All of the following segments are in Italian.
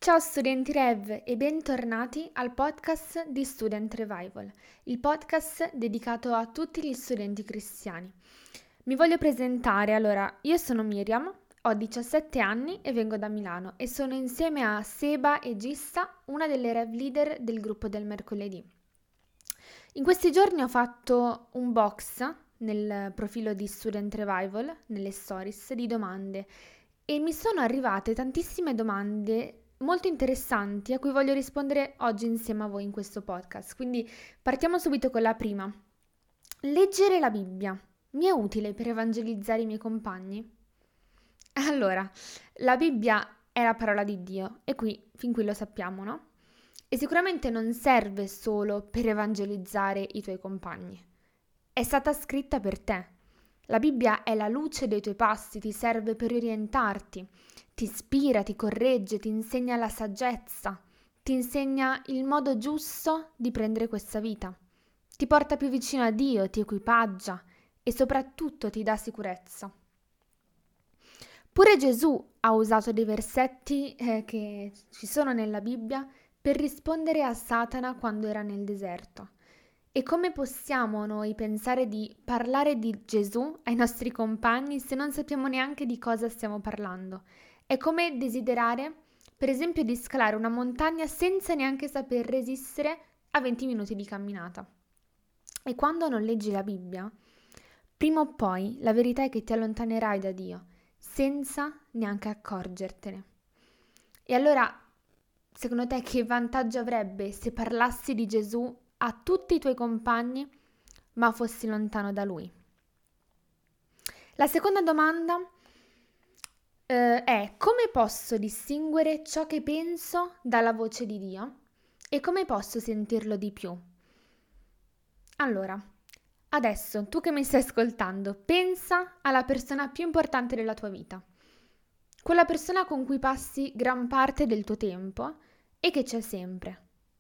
Ciao studenti Rev e bentornati al podcast di Student Revival, il podcast dedicato a tutti gli studenti cristiani. Mi voglio presentare, io sono Miriam, ho 17 anni e vengo da Milano e sono insieme a Seba e Gissa, una delle Rev leader del gruppo del mercoledì. In questi giorni ho fatto un box nel profilo di Student Revival, nelle stories, di domande e mi sono arrivate tantissime domande molto interessanti a cui voglio rispondere oggi insieme a voi in questo podcast. Quindi partiamo subito con la prima. Leggere la Bibbia mi è utile per evangelizzare i miei compagni? Allora, la Bibbia è la parola di Dio e fin qui lo sappiamo, no? E sicuramente non serve solo per evangelizzare i tuoi compagni. È stata scritta per te. La Bibbia è la luce dei tuoi passi, ti serve per orientarti, ti ispira, ti corregge, ti insegna la saggezza, ti insegna il modo giusto di prendere questa vita, ti porta più vicino a Dio, ti equipaggia e soprattutto ti dà sicurezza. Pure Gesù ha usato dei versetti che ci sono nella Bibbia per rispondere a Satana quando era nel deserto. E come possiamo noi pensare di parlare di Gesù ai nostri compagni se non sappiamo neanche di cosa stiamo parlando? È come desiderare, per esempio, di scalare una montagna senza neanche saper resistere a 20 minuti di camminata. E quando non leggi la Bibbia, prima o poi la verità è che ti allontanerai da Dio, senza neanche accorgertene. E allora, secondo te, che vantaggio avrebbe se parlassi di Gesù a tutti i tuoi compagni, ma fossi lontano da Lui? La seconda domanda è: come posso distinguere ciò che penso dalla voce di Dio e come posso sentirlo di più? Allora, adesso tu che mi stai ascoltando, pensa alla persona più importante della tua vita, quella persona con cui passi gran parte del tuo tempo e che c'è sempre.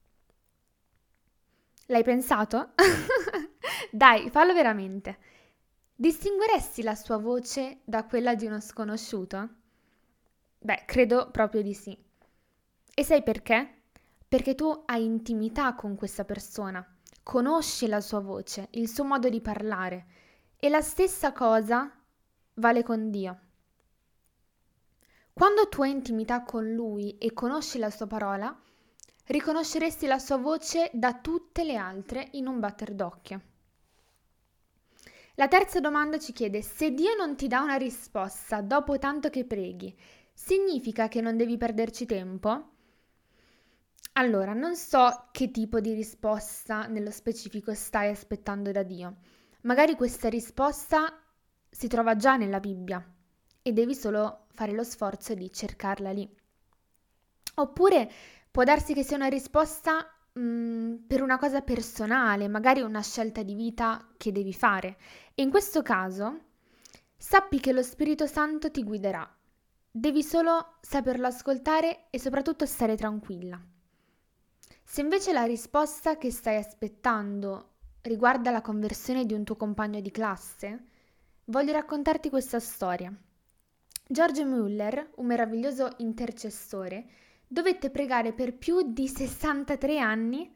L'hai pensato? Dai, fallo veramente. Distingueresti la sua voce da quella di uno sconosciuto? Beh, credo proprio di sì. E sai perché? Perché tu hai intimità con questa persona, conosci la sua voce, il suo modo di parlare e la stessa cosa vale con Dio. Quando tu hai intimità con Lui e conosci la sua parola, riconosceresti la sua voce da tutte le altre in un batter d'occhio. La terza domanda ci chiede: se Dio non ti dà una risposta dopo tanto che preghi, significa che non devi perderci tempo? Allora, non so che tipo di risposta nello specifico stai aspettando da Dio. Magari questa risposta si trova già nella Bibbia e devi solo fare lo sforzo di cercarla lì. Oppure può darsi che sia una risposta per una cosa personale, magari una scelta di vita che devi fare. E in questo caso sappi che lo Spirito Santo ti guiderà. Devi solo saperlo ascoltare e soprattutto stare tranquilla. Se invece la risposta che stai aspettando riguarda la conversione di un tuo compagno di classe, voglio raccontarti questa storia. George Mueller, un meraviglioso intercessore, dovette pregare per più di 63 anni,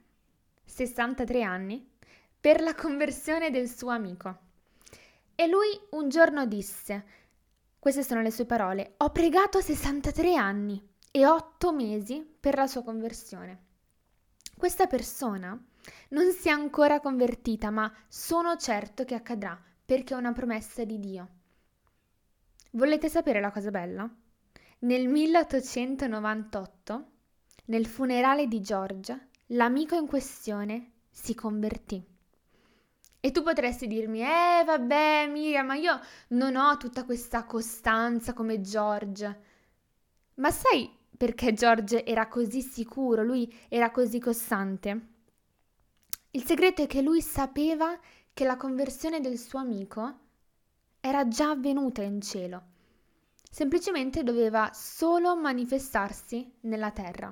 per la conversione del suo amico. E lui un giorno disse, queste sono le sue parole: ho pregato 63 anni e 8 mesi per la sua conversione. Questa persona non si è ancora convertita, ma sono certo che accadrà, perché è una promessa di Dio. Volete sapere la cosa bella? Nel 1898, nel funerale di George, l'amico in questione si convertì. E tu potresti dirmi: vabbè Miriam, ma io non ho tutta questa costanza come George. Ma sai perché George era così sicuro, lui era così costante? Il segreto è che lui sapeva che la conversione del suo amico era già avvenuta in cielo. Semplicemente doveva solo manifestarsi nella terra.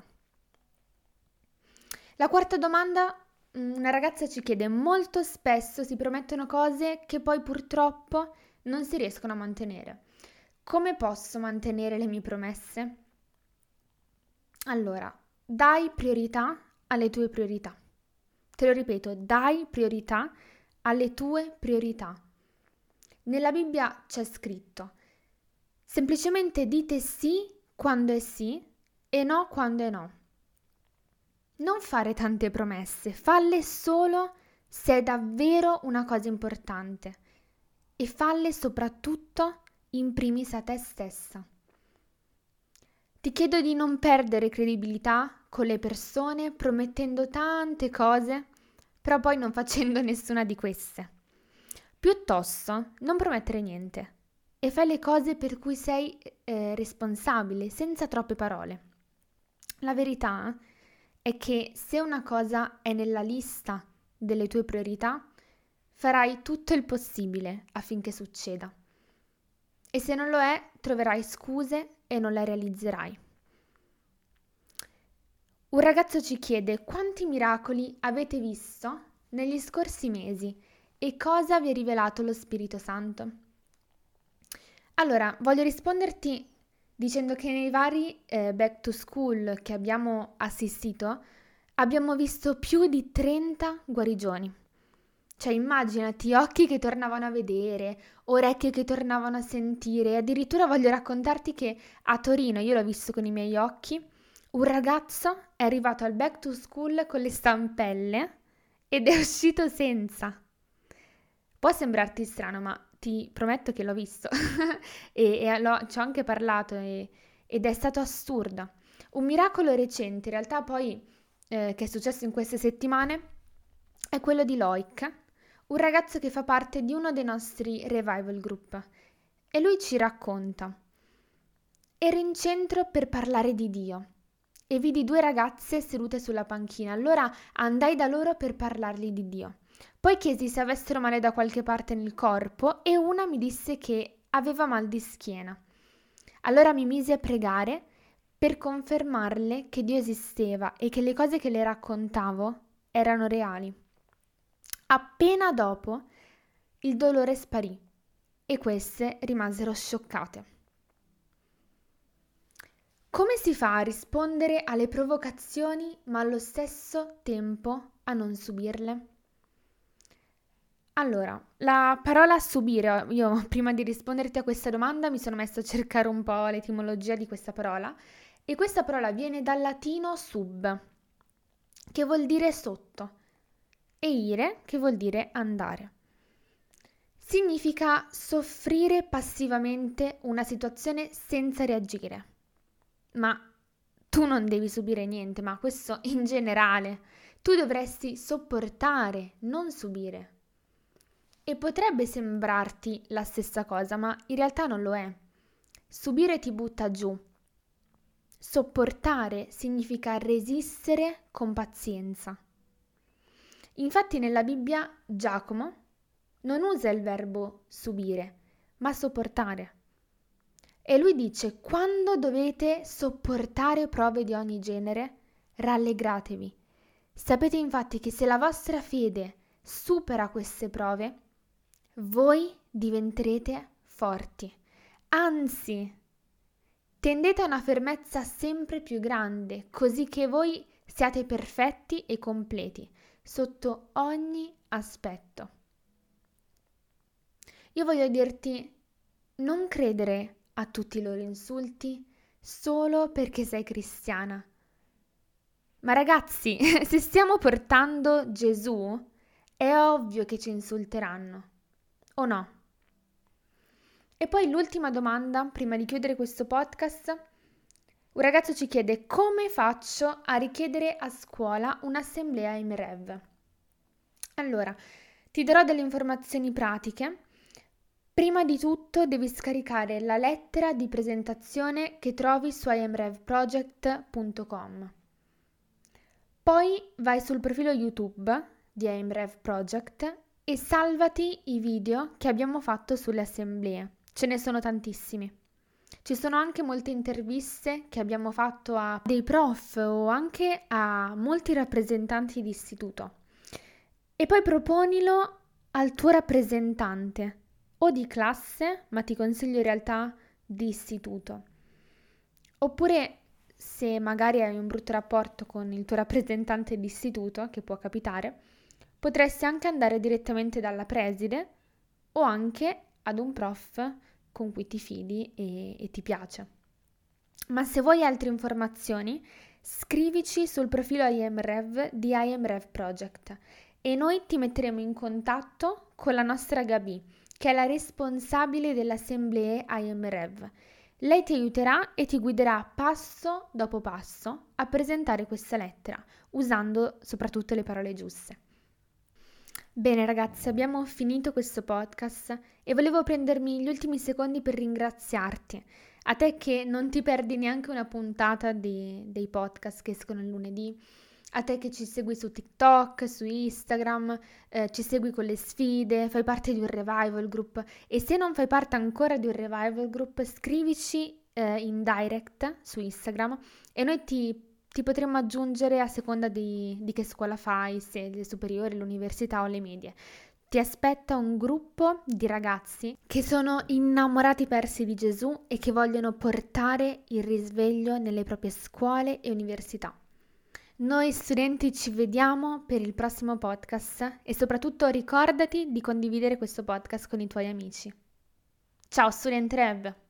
La quarta domanda, una ragazza ci chiede: molto spesso si promettono cose che poi purtroppo non si riescono a mantenere. Come posso mantenere le mie promesse? Allora, dai priorità alle tue priorità. Te lo ripeto, dai priorità alle tue priorità. Nella Bibbia c'è scritto: semplicemente dite sì quando è sì e no quando è no. Non fare tante promesse, falle solo se è davvero una cosa importante e falle soprattutto in primis a te stessa. Ti chiedo di non perdere credibilità con le persone promettendo tante cose, però poi non facendo nessuna di queste. Piuttosto, non promettere niente e fai le cose per cui sei responsabile, senza troppe parole. La verità è che se una cosa è nella lista delle tue priorità, farai tutto il possibile affinché succeda. E se non lo è, troverai scuse e non la realizzerai. Un ragazzo ci chiede: quanti miracoli avete visto negli scorsi mesi e cosa vi ha rivelato lo Spirito Santo? Allora, voglio risponderti dicendo che nei vari back to school che abbiamo assistito abbiamo visto più di 30 guarigioni. Cioè, immaginati occhi che tornavano a vedere, orecchie che tornavano a sentire. Addirittura voglio raccontarti che a Torino, io l'ho visto con i miei occhi, un ragazzo è arrivato al back to school con le stampelle ed è uscito senza. Può sembrarti strano, ma ti prometto che l'ho visto ci ho anche parlato ed è stato assurdo. Un miracolo recente, in realtà poi, che è successo in queste settimane, è quello di Loic, un ragazzo che fa parte di uno dei nostri revival group. E lui ci racconta: ero in centro per parlare di Dio e vidi due ragazze sedute sulla panchina. Allora andai da loro per parlargli di Dio. Poi chiesi se avessero male da qualche parte nel corpo e una mi disse che aveva mal di schiena. Allora mi misi a pregare per confermarle che Dio esisteva e che le cose che le raccontavo erano reali. Appena dopo il dolore sparì e queste rimasero scioccate. Come si fa a rispondere alle provocazioni ma allo stesso tempo a non subirle? Allora, la parola subire, io prima di risponderti a questa domanda mi sono messa a cercare un po' l'etimologia di questa parola e questa parola viene dal latino sub, che vuol dire sotto, e ire, che vuol dire andare. Significa soffrire passivamente una situazione senza reagire. Ma tu non devi subire niente, ma questo in generale. Tu dovresti sopportare, non subire. E potrebbe sembrarti la stessa cosa, ma in realtà non lo è. Subire ti butta giù. Sopportare significa resistere con pazienza. Infatti nella Bibbia Giacomo non usa il verbo subire, ma sopportare. E lui dice: quando dovete sopportare prove di ogni genere, rallegratevi. Sapete infatti che se la vostra fede supera queste prove, voi diventerete forti. Anzi, tendete a una fermezza sempre più grande, così che voi siate perfetti e completi sotto ogni aspetto. Io voglio dirti: non credere a tutti i loro insulti solo perché sei cristiana. Ma ragazzi, se stiamo portando Gesù, è ovvio che ci insulteranno, o no? E poi l'ultima domanda, prima di chiudere questo podcast. Un ragazzo ci chiede: come faccio a richiedere a scuola un'assemblea IMREV? Allora, ti darò delle informazioni pratiche. Prima di tutto devi scaricare la lettera di presentazione che trovi su imrevproject.com. Poi vai sul profilo YouTube di IMREV Project e salvati i video che abbiamo fatto sulle assemblee. Ce ne sono tantissimi. Ci sono anche molte interviste che abbiamo fatto a dei prof o anche a molti rappresentanti di istituto. E poi proponilo al tuo rappresentante o di classe, ma ti consiglio in realtà di istituto. Oppure se magari hai un brutto rapporto con il tuo rappresentante d'istituto, che può capitare, potresti anche andare direttamente dalla preside o anche ad un prof con cui ti fidi e ti piace. Ma se vuoi altre informazioni, scrivici sul profilo IMRev di IMRev Project e noi ti metteremo in contatto con la nostra Gabi, che è la responsabile delle assemblee IMRev. Lei ti aiuterà e ti guiderà passo dopo passo a presentare questa lettera, usando soprattutto le parole giuste. Bene ragazzi, abbiamo finito questo podcast e volevo prendermi gli ultimi secondi per ringraziarti. A te che non ti perdi neanche una puntata dei podcast che escono il lunedì, a te che ci segui su TikTok, su Instagram, ci segui con le sfide, fai parte di un revival group e se non fai parte ancora di un revival group scrivici in direct su Instagram e noi ti potremmo aggiungere a seconda di che scuola fai, se le superiori, l'università o le medie. Ti aspetta un gruppo di ragazzi che sono innamorati persi di Gesù e che vogliono portare il risveglio nelle proprie scuole e università. Noi studenti ci vediamo per il prossimo podcast e soprattutto ricordati di condividere questo podcast con i tuoi amici. Ciao Student Rev!